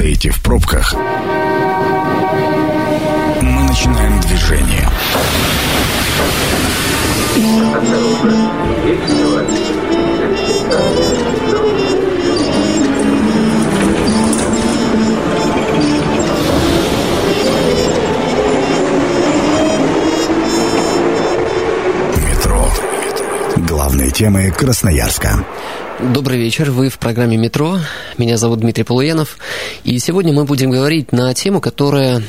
стоите в пробках, мы начинаем движение. Метро. Главные темы Красноярска. Добрый вечер, вы в программе «Метро». Меня зовут Дмитрий Полуянов. И сегодня мы будем говорить на тему, которая...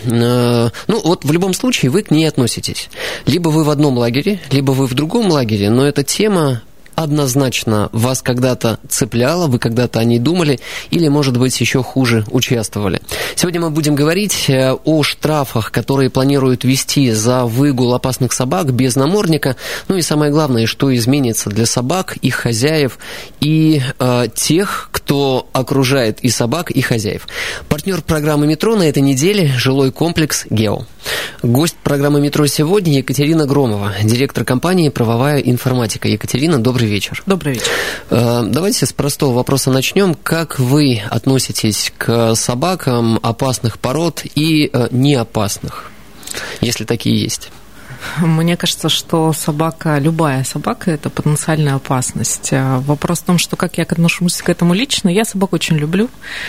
в любом случае вы к ней относитесь. Либо вы в одном лагере, либо вы в другом лагере, но эта тема однозначно вас когда-то цепляла, вы когда-то о ней думали, или, может быть, еще хуже, участвовали. Сегодня мы будем говорить о штрафах, которые планируют ввести за выгул опасных собак без намордника, ну и самое главное, что изменится для собак, их хозяев и тех, кто окружает и собак, и хозяев. Партнер программы «Метро» на этой неделе – жилой комплекс «Гео». Гость программы «Метро» сегодня Екатерина Громова, директор компании «Правовая информатика». Екатерина, добрый вечер. Добрый вечер. Давайте с простого вопроса начнем. Как вы относитесь к собакам опасных пород и неопасных, если такие есть? Мне кажется, что любая собака – это потенциальная опасность. Вопрос в том, что как я отношусь к этому лично. Я собак очень люблю,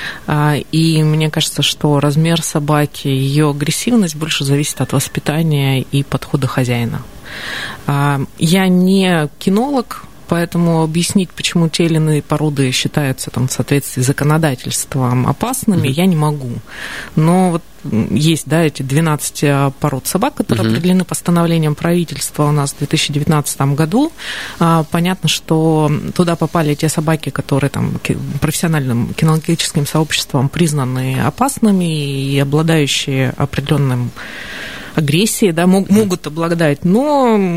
и мне кажется, что размер собаки, ее агрессивность больше зависит от воспитания и подхода хозяина. Я не кинолог, поэтому объяснить, почему те или иные породы считаются в соответствии с законодательством опасными, я не могу. Но есть, эти 12 пород собак, которые определены постановлением правительства у нас в 2019 году. Понятно, что туда попали те собаки, которые профессиональным кинологическим сообществом признаны опасными и обладающие определенным агрессией, могут обладать, но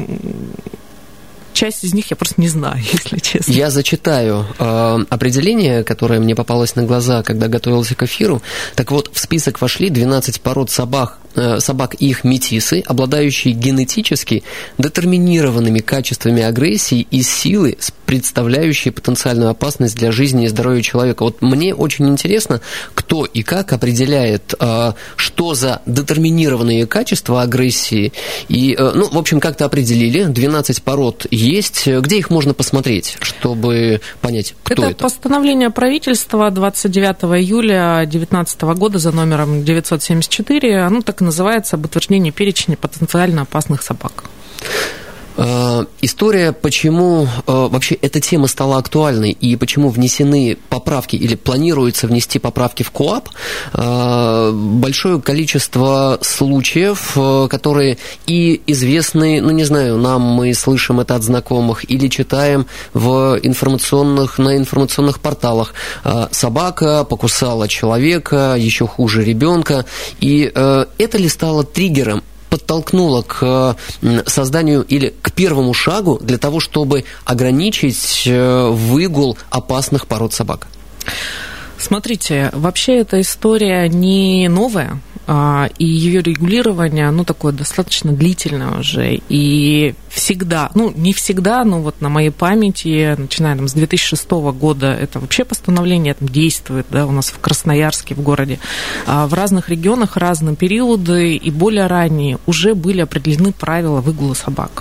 часть из них я просто не знаю, если честно. Я зачитаю определение, которое мне попалось на глаза, когда готовился к эфиру. Так вот, в список вошли 12 пород собак и их метисы, обладающие генетически детерминированными качествами агрессии и силы, представляющие потенциальную опасность для жизни и здоровья человека. Мне очень интересно, кто и как определяет, что за детерминированные качества агрессии. И, в общем, как-то определили, 12 пород есть. Где их можно посмотреть, чтобы понять, кто это? Это постановление правительства 29 июля 2019 года за номером 974. Оно так и называется «Об утверждении перечня потенциально опасных собак». История, почему вообще эта тема стала актуальной и почему внесены поправки или планируется внести поправки в КоАП, большое количество случаев, которые и известны, нам мы слышим это от знакомых или читаем на информационных порталах. Собака покусала человека, еще хуже ребенка, и это ли стало триггером, подтолкнуло к созданию или к первому шагу для того, чтобы ограничить выгул опасных пород собак? Смотрите, вообще эта история не новая, и ее регулирование, такое достаточно длительное уже, и всегда, не всегда, но на моей памяти, начиная с 2006 года, это вообще постановление действует, у нас в Красноярске, в городе, в разных регионах разные периоды, и более ранние уже были определены правила выгула собак.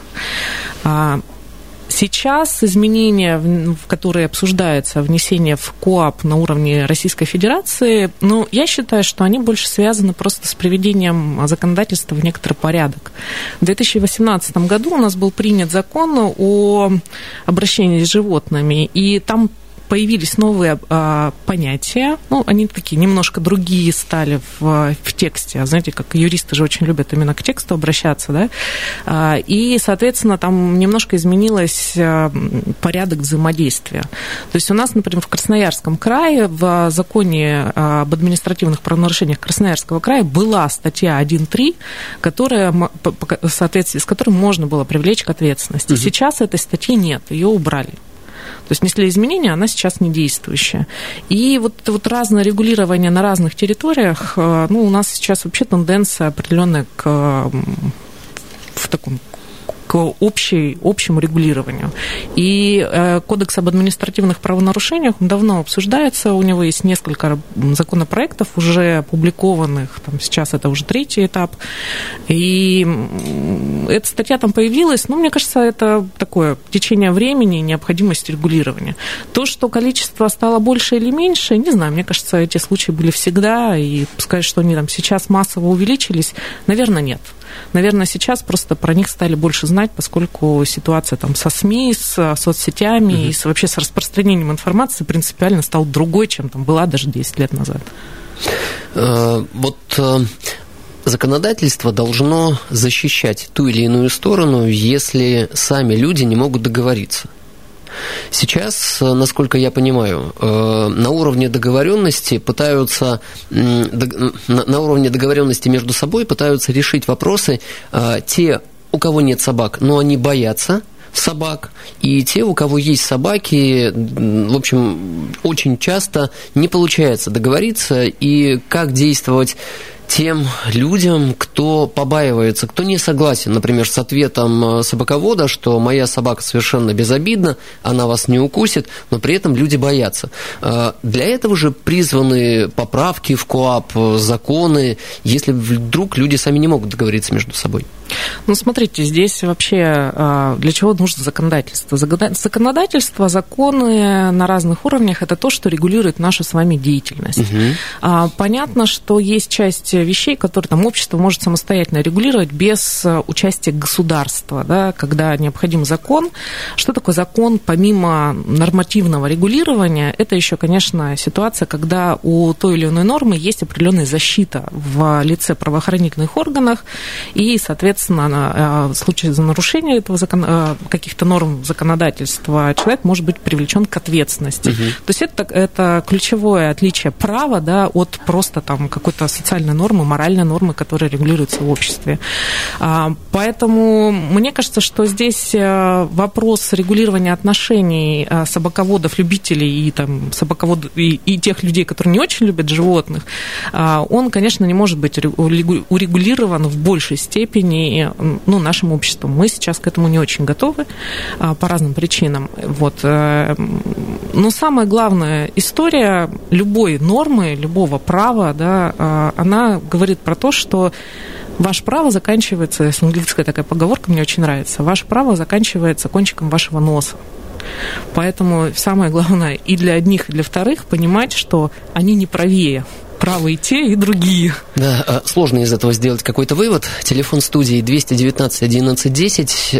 Сейчас изменения, которые обсуждаются, внесение в КоАП на уровне Российской Федерации, я считаю, что они больше связаны просто с приведением законодательства в некоторый порядок. В 2018 году у нас был принят закон о обращении с животными, и там появились новые понятия, они такие немножко другие стали в тексте, знаете, как юристы же очень любят именно к тексту обращаться, и, соответственно, там немножко изменился порядок взаимодействия. То есть у нас, например, в Красноярском крае в законе об административных правонарушениях Красноярского края была статья 1.3, которая, в соответствии с которой можно было привлечь к ответственности. Сейчас этой статьи нет, ее убрали. То есть внесли изменения, она сейчас не действующая. И вот разное регулирование на разных территориях, у нас сейчас вообще тенденция определенная в таком к общему регулированию. И Кодекс об административных правонарушениях давно обсуждается, у него есть несколько законопроектов уже опубликованных, там сейчас это уже 3-й этап, и эта статья там появилась, мне кажется, это такое течение времени и необходимость регулирования. То, что количество стало больше или меньше, не знаю, мне кажется, эти случаи были всегда, и сказать, что они там сейчас массово увеличились, наверное, нет. Наверное, сейчас просто про них стали больше знать, поскольку ситуация там со СМИ, с соцсетями и вообще с распространением информации принципиально стала другой, чем там была даже 10 лет назад. Законодательство должно защищать ту или иную сторону, если сами люди не могут договориться. Сейчас, насколько я понимаю, на уровне договоренности между собой пытаются решить вопросы те, у кого нет собак, но они боятся собак, и те, у кого есть собаки, в общем, очень часто не получается договориться, и как действовать тем людям, кто побаивается, кто не согласен, например, с ответом собаковода, что моя собака совершенно безобидна, она вас не укусит, но при этом люди боятся. Для этого же призваны поправки в КоАП, законы, если вдруг люди сами не могут договориться между собой. Смотрите, здесь вообще для чего нужно законодательство? Законодательство, законы на разных уровнях – это то, что регулирует нашу с вами деятельность. Понятно, что есть часть вещей, которые там общество может самостоятельно регулировать без участия государства, да, когда необходим закон. Что такое закон помимо нормативного регулирования? Это еще, конечно, ситуация, когда у той или иной нормы есть определенная защита в лице правоохранительных органов, и, соответственно, в случае нарушения этого каких-то норм законодательства человек может быть привлечен к ответственности. То есть это ключевое отличие права, да, от просто там какой-то социальной нормы, моральной нормы, которая регулируется в обществе. Поэтому мне кажется, что здесь вопрос регулирования отношений собаководов, любителей и там собаководов и тех людей, которые не очень любят животных, он, конечно, не может быть урегулирован в большей степени нашим обществом. Мы сейчас к этому не очень готовы по разным причинам. Но самая главная история любой нормы, любого права, да, она говорит про то, что ваше право заканчивается, английская такая поговорка мне очень нравится, ваше право заканчивается кончиком вашего носа. Поэтому самое главное и для одних, и для вторых понимать, что они не правее. Правы и те, и другие. Да, сложно из этого сделать какой-то вывод. Телефон студии 219 11 10.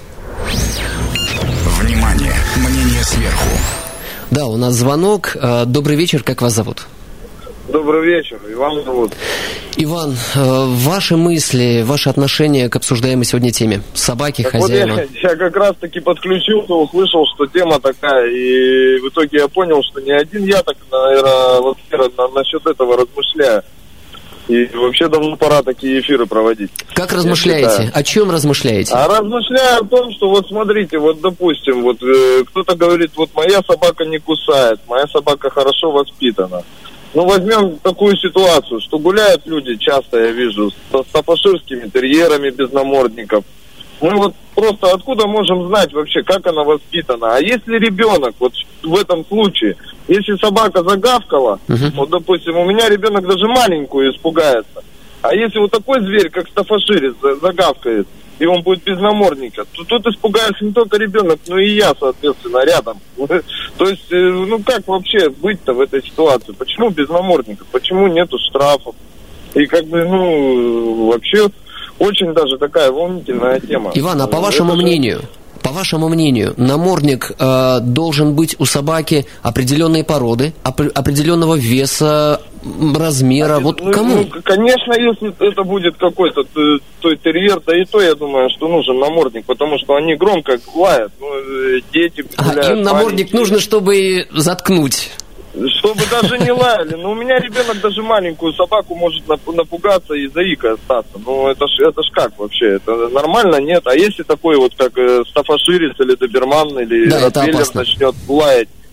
Внимание! Мнение сверху. Да, у нас звонок. Добрый вечер, как вас зовут? Добрый вечер, Иван зовут. Иван, ваши мысли, ваше отношение к обсуждаемой сегодня теме? Собаки, хозяева? Я как раз-таки подключился, услышал, что тема такая, и в итоге я понял, что не один я так, наверное, насчет этого размышляю. И вообще давно пора такие эфиры проводить. Как размышляете? О чем размышляете? А размышляю о том, что смотрите, допустим, кто-то говорит, моя собака не кусает, моя собака хорошо воспитана. Возьмем такую ситуацию, что гуляют люди, часто я вижу, с стаффордширскими терьерами без намордников. Мы просто откуда можем знать вообще, как она воспитана? А если ребенок, в этом случае, если собака загавкала, допустим, у меня ребенок даже маленькую испугается. А если такой зверь, как стаффордширец, загавкает, и он будет без намордника, то тут испугается не только ребенок, но и я, соответственно, рядом. То есть, как вообще быть-то в этой ситуации? Почему без намордника? Почему нету штрафов? И вообще очень даже такая волнительная тема. Иван, а по вашему мнению, намордник должен быть у собаки определенной породы, определенного веса, размера? Кому? Конечно, если это будет какой-то терьер, да и то, я думаю, что нужен намордник, потому что они громко лают. Дети гуляют. Им намордник нужно, чтобы заткнуть. Чтобы даже не лаяли. У меня ребенок даже маленькую собаку может напугаться и заикой остаться. Это ж как вообще? Это нормально? Нет. А если такой как стаффордширец или доберман или ротвейлер начнет лаять?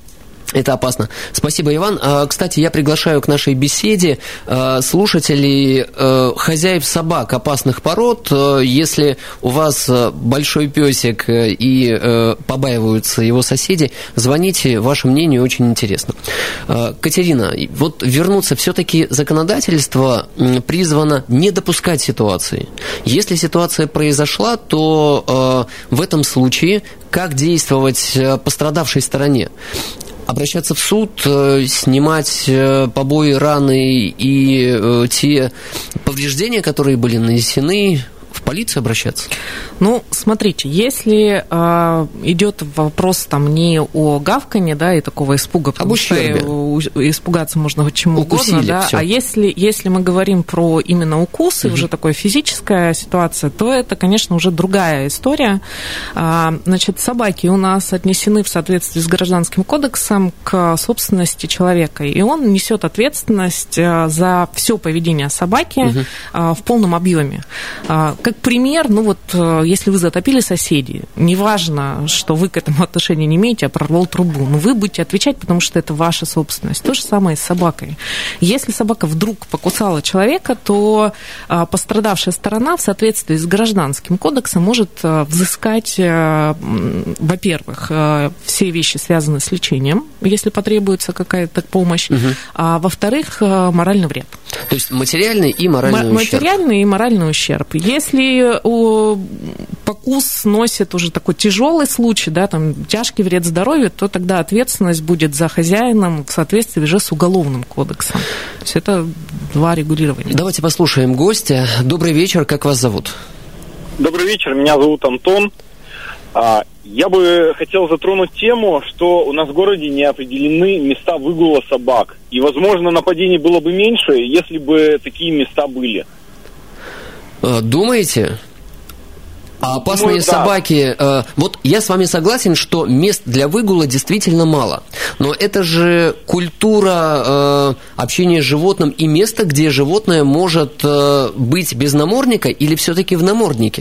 Это опасно. Спасибо, Иван. Кстати, я приглашаю к нашей беседе слушателей хозяев собак опасных пород. Если у вас большой песик и побаиваются его соседи, звоните, ваше мнение очень интересно. Катерина, вот вернуться, все-таки законодательство призвано не допускать ситуации. Если ситуация произошла, то в этом случае как действовать пострадавшей стороне? Обращаться в суд, снимать побои, раны и те повреждения, которые были нанесены, в полицию обращаться? Ну, смотрите, если идет вопрос там не о гавканье, да, и такого испуга, потому что испугаться можно чему угодно, да, всё. А если мы говорим про именно укус и уже такая физическая ситуация, то это, конечно, уже другая история. Значит, собаки у нас отнесены в соответствии с Гражданским кодексом к собственности человека, и он несет ответственность за все поведение собаки в полном объеме. Как пример, ну вот, если вы затопили соседей, неважно, что вы к этому отношения не имеете, а прорвал трубу, но вы будете отвечать, потому что это ваша собственность. То же самое и с собакой. Если собака вдруг покусала человека, то пострадавшая сторона в соответствии с Гражданским кодексом может взыскать, во-первых, все вещи, связанные с лечением, если потребуется какая-то помощь, а во-вторых, моральный вред. То есть материальный и моральный ущерб. Материальный и моральный ущерб. Если покус носит уже такой тяжелый случай, да, там, тяжкий вред здоровью, то тогда ответственность будет за хозяином в соответствии уже с Уголовным кодексом. То есть это два регулирования. Давайте послушаем гостя. Добрый вечер, как вас зовут? Добрый вечер, меня зовут Антон. Я бы хотел затронуть тему, что у нас в городе не определены места выгула собак. И, возможно, нападений было бы меньше, если бы такие места были. Думаете? А опасные собаки... Вот я с вами согласен, что мест для выгула действительно мало. Но это же культура общения с животным и место, где животное может быть без намордника или все-таки в наморднике?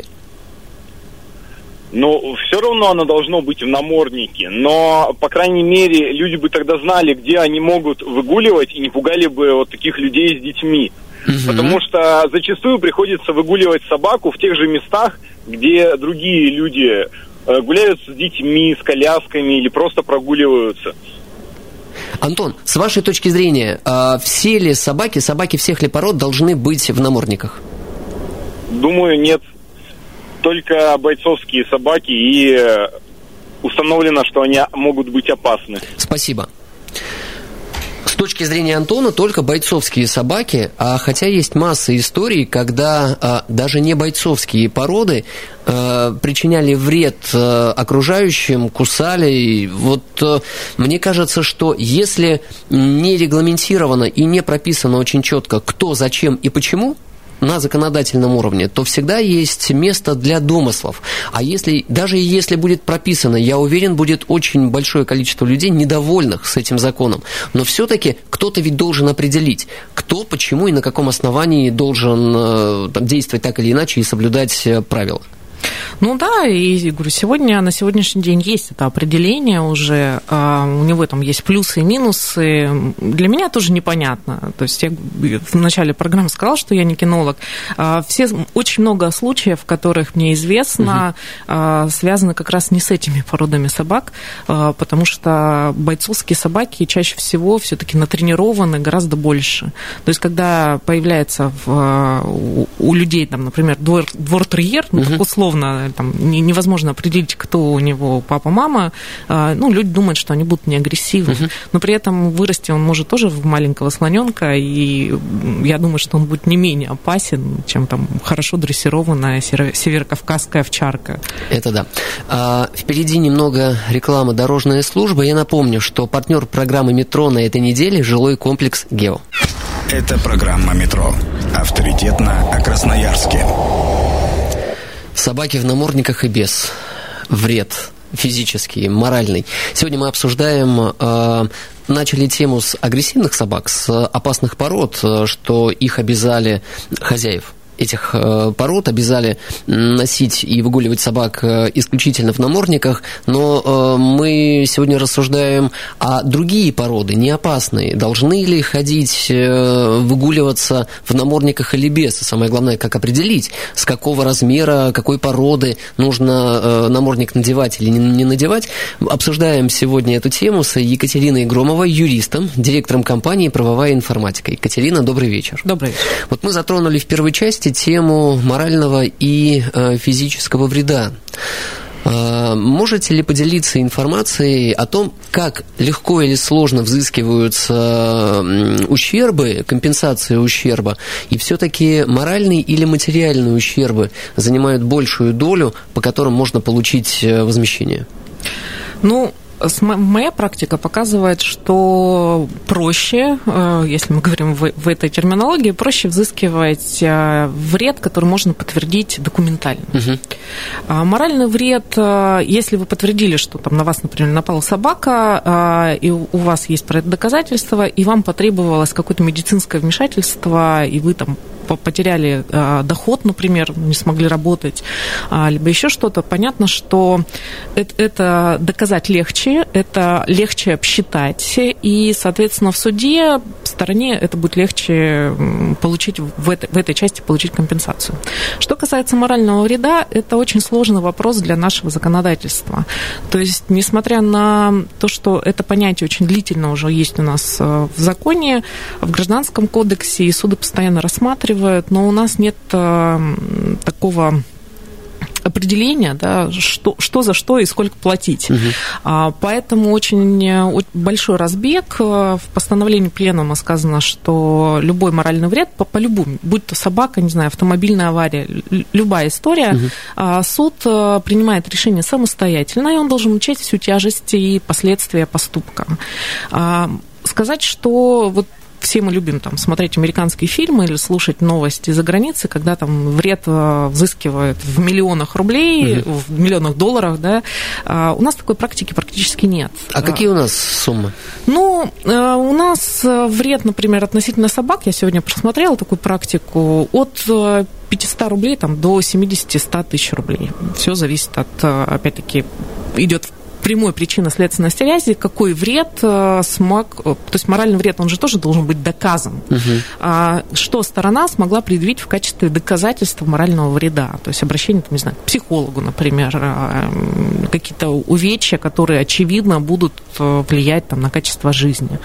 Ну, все равно оно должно быть в наморднике. Но, по крайней мере, люди бы тогда знали, где они могут выгуливать, и не пугали бы вот таких людей с детьми. Потому что зачастую приходится выгуливать собаку в тех же местах, где другие люди гуляют с детьми, с колясками или просто прогуливаются. Антон, с вашей точки зрения, все ли собаки всех ли пород должны быть в намордниках? Думаю, нет. Только бойцовские собаки, и установлено, что они могут быть опасны. Спасибо. С точки зрения Антона, только бойцовские собаки, хотя есть масса историй, когда даже не бойцовские породы причиняли вред окружающим, кусали. Вот мне кажется, что если не регламентировано и не прописано очень четко, кто, зачем и почему на законодательном уровне, то всегда есть место для домыслов. А даже если будет прописано, я уверен, будет очень большое количество людей, недовольных с этим законом. Но все-таки кто-то ведь должен определить, кто, почему и на каком основании должен действовать так или иначе и соблюдать правила. Ну да, и говорю, на сегодняшний день есть это определение уже, у него там есть плюсы и минусы. Для меня тоже непонятно. То есть я в начале программы сказала, что я не кинолог. Очень много случаев, в которых мне известно, связаны как раз не с этими породами собак, потому что бойцовские собаки чаще всего все-таки натренированы гораздо больше. То есть когда появляется у людей, там, например, двор-терьер, ну так условно, там, невозможно определить, кто у него папа-мама, ну, люди думают, что они будут не агрессивны, но при этом вырасти он может тоже в маленького слоненка, и я думаю, что он будет не менее опасен, чем там хорошо дрессированная северокавказская овчарка. Это да. Впереди немного рекламы дорожной службы. Я напомню, что партнер программы «Метро» на этой неделе – жилой комплекс «Гео». Это программа «Метро». Авторитетно о Красноярске. Собаки в намордниках и без. Вред физический, моральный. Сегодня мы обсуждаем, начали тему с агрессивных собак, с опасных пород, что их обязали хозяев этих пород обязали носить и выгуливать собак исключительно в намордниках, но мы сегодня рассуждаем о другие породы, не опасные. Должны ли ходить, выгуливаться в намордниках или без? И самое главное, как определить, с какого размера, какой породы нужно намордник надевать или не надевать. Обсуждаем сегодня эту тему с Екатериной Громовой, юристом, директором компании «Правовая информатика». Екатерина, добрый вечер. Добрый вечер. Вот мы затронули в первой части тему морального и физического вреда. Можете ли поделиться информацией о том, как легко или сложно взыскиваются ущербы, компенсации ущерба, и все-таки моральные или материальные ущербы занимают большую долю, по которым можно получить возмещение? Моя практика показывает, что проще, если мы говорим в этой терминологии, проще взыскивать вред, который можно подтвердить документально. Моральный вред, если вы подтвердили, что там на вас, например, напала собака, и у вас есть про это доказательства, и вам потребовалось какое-то медицинское вмешательство, и вы там потеряли доход, например, не смогли работать, либо еще что-то, понятно, что это доказать легче, это легче обсчитать, и, соответственно, в суде стороне это будет легче получить в этой части получить компенсацию. Что касается морального вреда, это очень сложный вопрос для нашего законодательства. То есть, несмотря на то, что это понятие очень длительно уже есть у нас в законе, в Гражданском кодексе, и суды постоянно рассматривают, но у нас нет такого определения, да, что за что и сколько платить. Поэтому очень большой разбег. В постановлении пленума сказано, что любой моральный вред по-любому, будь то собака, не знаю, автомобильная авария, любая история, суд принимает решение самостоятельно, и он должен учесть всю тяжесть и последствия поступка. Сказать, что вот все мы любим там смотреть американские фильмы или слушать новости за границей, когда там вред взыскивают в миллионах рублей, в миллионах долларов, да. У нас такой практики практически нет. А какие у нас суммы? У нас вред, например, относительно собак, я сегодня просмотрела такую практику, от 500 рублей там, до 70-100 тысяч рублей. Все зависит от, опять-таки, идет прямой причинно-следственной связи, какой вред смог... То есть моральный вред, он же тоже должен быть доказан. Что сторона смогла предъявить в качестве доказательства морального вреда. То есть обращение, там, не знаю, к психологу, например, какие-то увечья, которые, очевидно, будут влиять там, на качество жизни.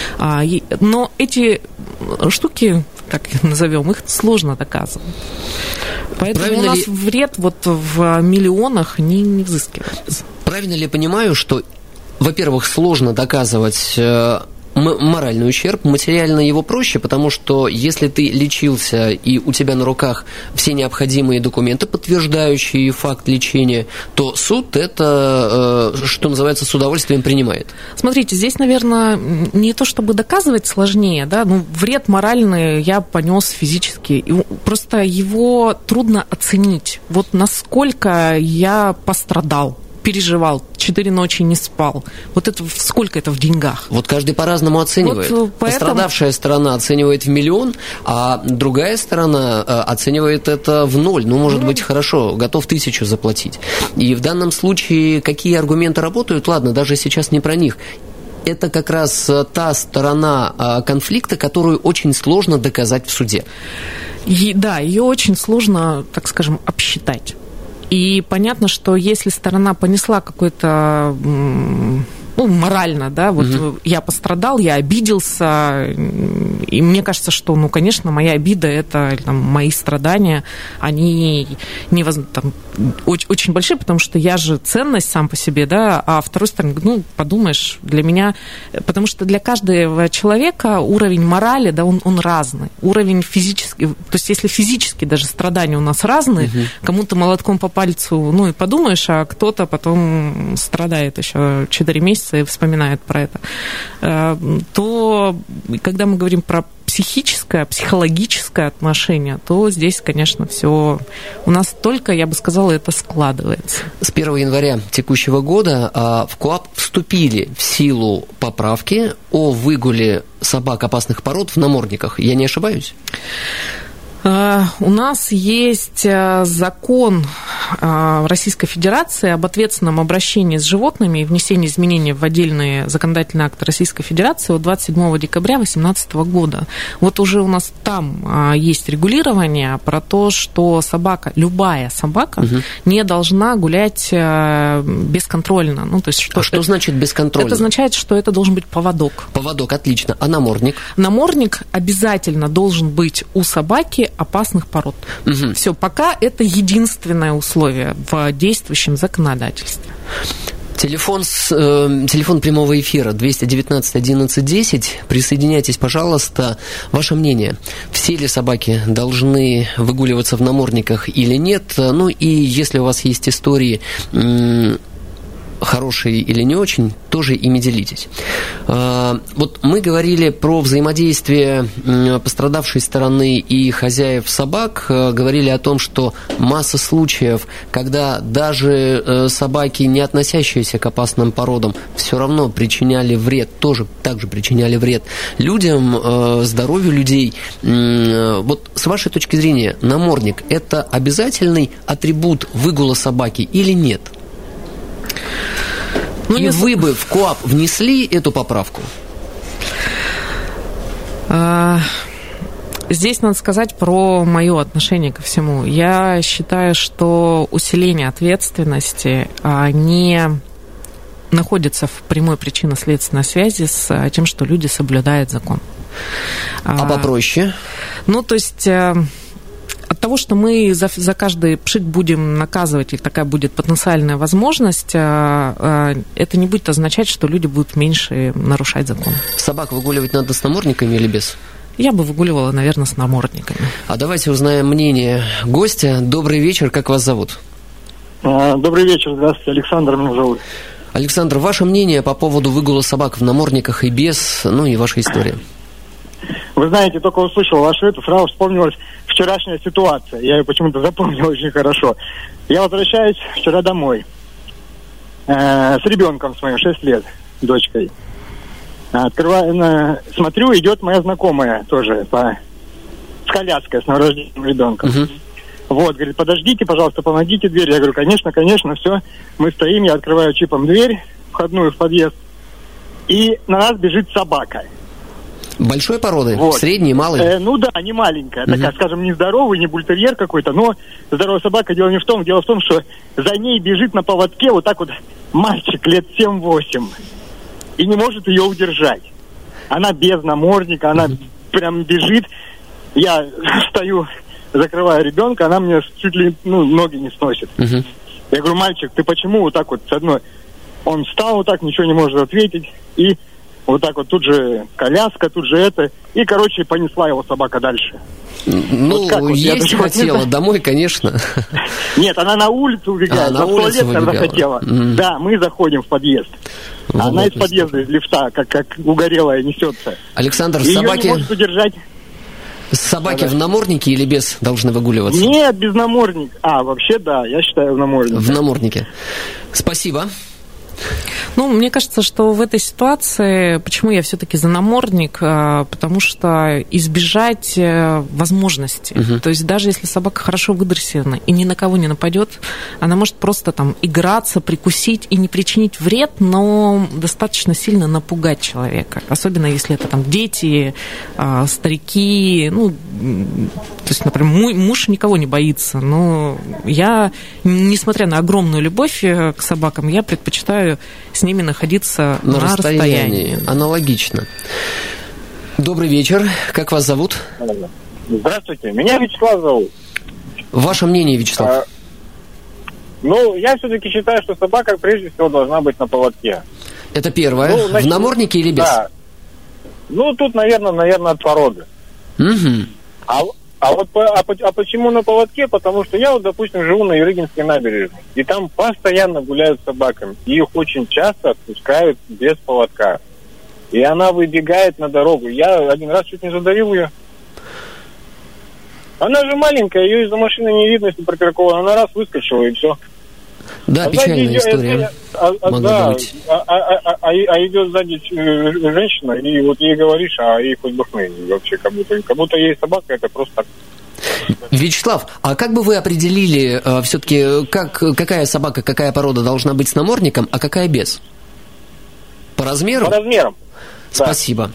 Но эти штуки, так назовем, их сложно доказывать. Поэтому правильно у нас вред вот в миллионах не взыскивается. Правильно ли я понимаю, что, во-первых, сложно доказывать моральный ущерб, материально его проще, потому что если ты лечился и у тебя на руках все необходимые документы, подтверждающие факт лечения, то суд это, что называется, с удовольствием принимает. Смотрите, здесь, наверное, не то чтобы доказывать сложнее, да, вред моральный я понес физически, просто его трудно оценить. Вот насколько я пострадал, переживал, 4 ночи не спал. Вот это сколько это в деньгах? Вот каждый по-разному оценивает. Вот пострадавшая сторона оценивает в миллион, а другая сторона оценивает это в 0. Может быть, хорошо, готов 1000 заплатить. И в данном случае какие аргументы работают? Ладно, даже сейчас не про них. Это как раз та сторона конфликта, которую очень сложно доказать в суде. Да, ее очень сложно, так скажем, обсчитать. И понятно, что если сторона понесла какой-то, морально, да, вот я пострадал, я обиделся, и мне кажется, что, конечно, моя обида – это там, мои страдания, они очень большие, потому что я же ценность сам по себе, да, а второй стороны, подумаешь, для меня, потому что для каждого человека уровень морали, да, он разный, уровень физический, то есть если физически даже страдания у нас разные, кому-то молотком по пальцу, и подумаешь, а кто-то потом страдает еще 4 месяца и вспоминает про это, то когда мы говорим про психологическое отношение, то здесь, конечно, все у нас только, я бы сказала, это складывается. С 1 января текущего года в КоАП вступили в силу поправки о выгуле собак опасных пород в намордниках. Я не ошибаюсь? У нас есть закон Российской Федерации об ответственном обращении с животными и внесении изменений в отдельные законодательные акты Российской Федерации от 27 декабря 2018 года. Вот уже у нас там есть регулирование про то, что собака, любая собака, не должна гулять бесконтрольно. Ну, то есть, что значит бесконтрольно? Это означает, что это должен быть поводок. Поводок, отлично. А намордник? Намордник обязательно должен быть у собаки опасных пород. Все, пока это единственное условие в действующем законодательстве. Телефон прямого эфира 219 11 10. Присоединяйтесь, пожалуйста. Ваше мнение. Все ли собаки должны выгуливаться в намордниках или нет? Ну и если у вас есть истории хорошие или не очень, тоже ими делитесь. Вот мы говорили про взаимодействие пострадавшей стороны и хозяев собак, говорили о том, что масса случаев, когда даже собаки, не относящиеся к опасным породам, все равно причиняли вред, также причиняли вред людям, здоровью людей. Вот с вашей точки зрения, намордник – это обязательный атрибут выгула собаки или нет? Ну, и вы бы в КоАП внесли эту поправку? Здесь надо сказать про мое отношение ко всему. Я считаю, что усиление ответственности не находится в прямой причинно-следственной связи с тем, что люди соблюдают закон. А попроще? Ну, то есть... От того, что мы за каждый пшик будем наказывать, и такая будет потенциальная возможность, это не будет означать, что люди будут меньше нарушать закон. Собак выгуливать надо с намордниками или без? Я бы выгуливала, наверное, с намордниками. А давайте узнаем мнение гостя. Добрый вечер, как вас зовут? Добрый вечер, здравствуйте, Александр меня зовут. Александр, ваше мнение по поводу выгула собак в намордниках и без, ну и ваша история? Вы знаете, только услышал вашу сразу вспомнилась вчерашняя ситуация. Я ее почему-то запомнил очень хорошо. Я возвращаюсь вчера домой с ребенком своим, 6 лет, дочкой. Открываю, смотрю, идет моя знакомая тоже с коляской, с новорожденным ребенком. Вот, говорит, подождите, пожалуйста, помогите дверь. Я говорю, конечно, все. Мы стоим, я открываю чипом дверь, входную в подъезд, и на нас бежит собака. Большой породы? Вот. Средней, малой? Ну да, не маленькая, такая, скажем, не здоровый, не бультерьер какой-то, но здоровая собака. Дело в том, что за ней бежит на поводке вот так вот мальчик лет 7-8 и не может ее удержать. Она без намордника, она прям бежит. Я стою, закрываю ребенка, она мне чуть ли ноги не сносит. Я говорю, мальчик, ты почему вот так вот с одной? Он встал вот так, ничего не может ответить, и вот так вот тут же коляска, тут же это. И, короче, понесла его собака дальше. Ну, вот есть хотела, домой, конечно. Нет, она на улицу убегает. На улицу выбегала. Захотела. Да, мы заходим в подъезд. Она из подъезда, из лифта, как угорелая, несется. Александр, и собаки... ее не может удержать. Собаки в наморднике или без должны выгуливаться? Нет, без намордника. Вообще, да, я считаю, в наморднике. В наморднике. Спасибо. Ну, мне кажется, что в этой ситуации, почему я все-таки за намордник, потому что избежать возможности. То есть даже если собака хорошо выдрессирована и ни на кого не нападет, она может просто там играться, прикусить и не причинить вред, но достаточно сильно напугать человека. Особенно если это там дети, старики, то есть, например, муж никого не боится, но я, несмотря на огромную любовь к собакам, я предпочитаю с ними находиться на расстоянии. Аналогично. Добрый вечер. Как вас зовут? Здравствуйте. Меня Вячеслав зовут. Ваше мнение, Вячеслав? Я все-таки считаю, что собака прежде всего должна быть на поводке. Это первое. В наморднике или без? Да. Тут, наверное, от породы. А почему на поводке? Потому что я, допустим, живу на Ерыгинской набережной, и там постоянно гуляют с собаками. И их очень часто отпускают без поводка. И она выбегает на дорогу. Я один раз чуть не задавил ее. Она же маленькая, ее из-за машины не видно, если припаркована. Она раз выскочила, и все. Да, печальная история. Идет сзади женщина, и вот ей говоришь, а ей хоть бы хны. Вообще, как будто ей собака, это просто так. Вячеслав, а как бы вы определили все-таки, какая собака, какая порода должна быть с намордником, а какая без? По размеру? По размерам. Спасибо.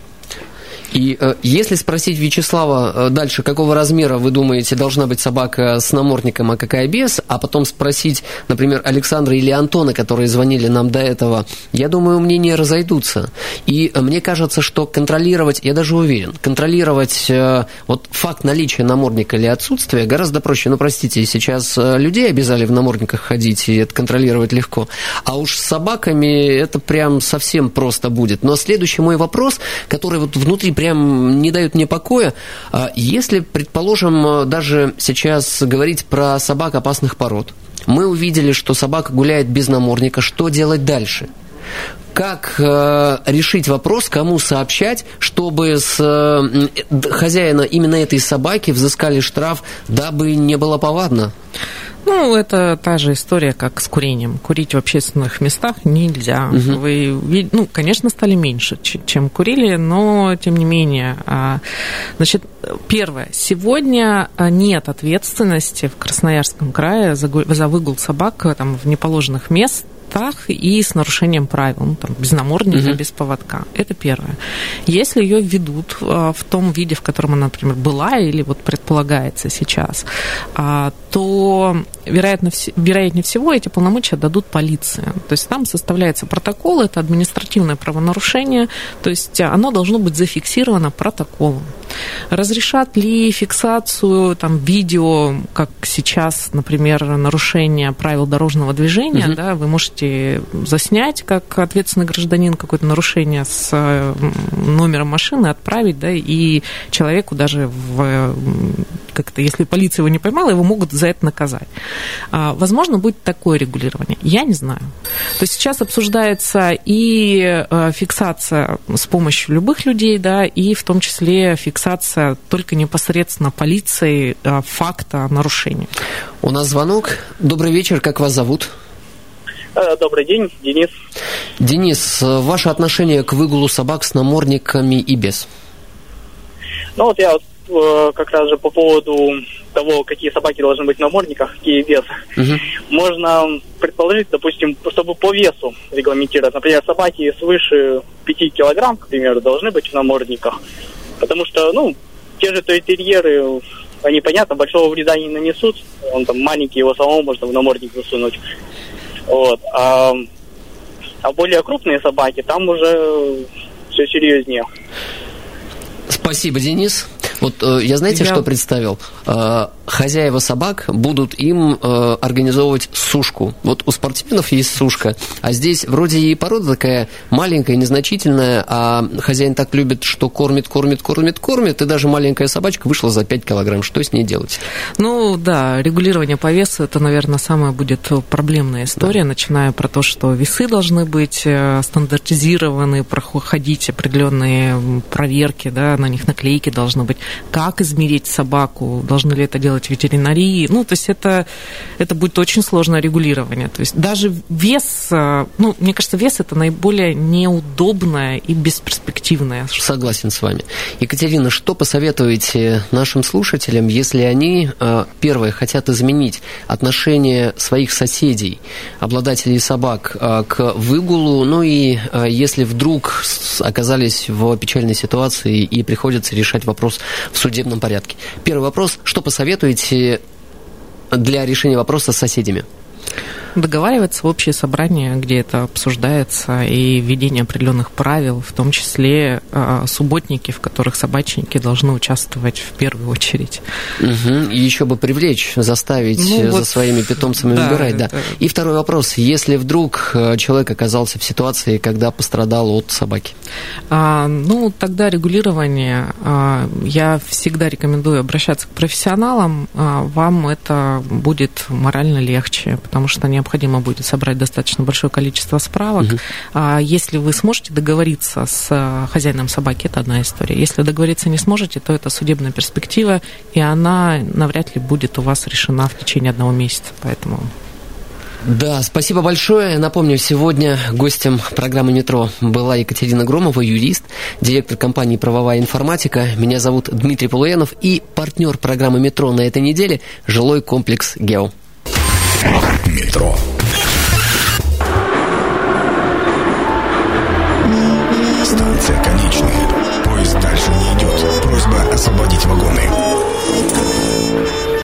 И если спросить Вячеслава дальше, какого размера, вы думаете, должна быть собака с намордником, а какая без, а потом спросить, например, Александра или Антона, которые звонили нам до этого, я думаю, мнения разойдутся. И мне кажется, что контролировать, я даже уверен, контролировать вот факт наличия намордника или отсутствия гораздо проще. Ну, простите, сейчас людей обязали в намордниках ходить, и это контролировать легко. А уж с собаками это прям совсем просто будет. Но следующий мой вопрос, который вот внутри прям не дают мне покоя. Если, предположим, даже сейчас говорить про собак опасных пород, мы увидели, что собака гуляет без намордника, что делать дальше? Как решить вопрос, кому сообщать, чтобы с хозяина именно этой собаки взыскали штраф, дабы не было повадно? Ну, это та же история, как с курением. Курить в общественных местах нельзя. Вы, конечно, стали меньше, чем курили, но, тем не менее. Значит, первое. Сегодня нет ответственности в Красноярском крае за выгул собак там, в неположенных местах и с нарушением правил, там, без намордника, без поводка. Это первое. Если ее введут в том виде, в котором она, например, была или вот предполагается сейчас, то, вероятнее всего, эти полномочия дадут полиции. То есть там составляется протокол, это административное правонарушение, то есть оно должно быть зафиксировано протоколом. Разрешат ли фиксацию там, видео, как сейчас, например, нарушение правил дорожного движения, да, вы можете заснять, как ответственный гражданин, какое-то нарушение с номером машины, отправить, да, и человеку даже как-то, если полиция его не поймала, его могут за это наказать. Возможно, будет такое регулирование. Я не знаю. То есть сейчас обсуждается и фиксация с помощью любых людей, да, и в том числе фиксация только непосредственно полицией факта нарушения. У нас звонок. Добрый вечер, как вас зовут? Добрый день, Денис. Денис, ваше отношение к выгулу собак с намордниками и без? Ну вот я как раз же по поводу того, какие собаки должны быть в намордниках, какие без. Можно предположить, допустим, чтобы по весу регламентировать. Например, собаки свыше 5 килограмм, к примеру, должны быть в намордниках. Потому что, те же тойтерьеры, они, понятно, большого вреда не нанесут. Он там маленький, его самого можно в намордник засунуть. Вот. А более крупные собаки, там уже все серьезнее. Спасибо, Денис. Вот я знаете, что представил? Хозяева собак будут им организовывать сушку. Вот у спортсменов есть сушка, а здесь вроде и порода такая маленькая, незначительная, а хозяин так любит, что кормит, и даже маленькая собачка вышла за 5 килограмм. Что с ней делать? Ну, да, регулирование по весу, это, наверное, самая будет проблемная история, начиная про то, что весы должны быть стандартизированы, проходить определенные проверки, да, на них наклейки должны быть. Как измерить собаку? Должны ли это делать в ветеринарии? То есть это будет очень сложное регулирование. То есть даже вес, мне кажется, вес это наиболее неудобное и бесперспективное. Согласен с вами. Екатерина, что посоветуете нашим слушателям, если они, первое, хотят изменить отношение своих соседей, обладателей собак, к выгулу, и если вдруг оказались в печальной ситуации и приходится решать вопрос в судебном порядке. Первый вопрос. Что посоветуете для решения вопроса с соседями? Договариваться в общее собрание, где это обсуждается, и введение определенных правил, в том числе субботники, в которых собачники должны участвовать в первую очередь. И еще бы привлечь, заставить за своими питомцами выбирать. Да. И второй вопрос. Если вдруг человек оказался в ситуации, когда пострадал от собаки? Тогда регулирование. Я всегда рекомендую обращаться к профессионалам. Вам это будет морально легче, потому что необходимо будет собрать достаточно большое количество справок. Если вы сможете договориться с хозяином собаки, это одна история. Если договориться не сможете, то это судебная перспектива, и она навряд ли будет у вас решена в течение 1 месяца. Поэтому... Да, спасибо большое. Напомню, сегодня гостем программы «Метро» была Екатерина Громова, юрист, директор компании «Правовая информатика». Меня зовут Дмитрий Полуянов, и партнер программы «Метро» на этой неделе – жилой комплекс «Гео». «Метро».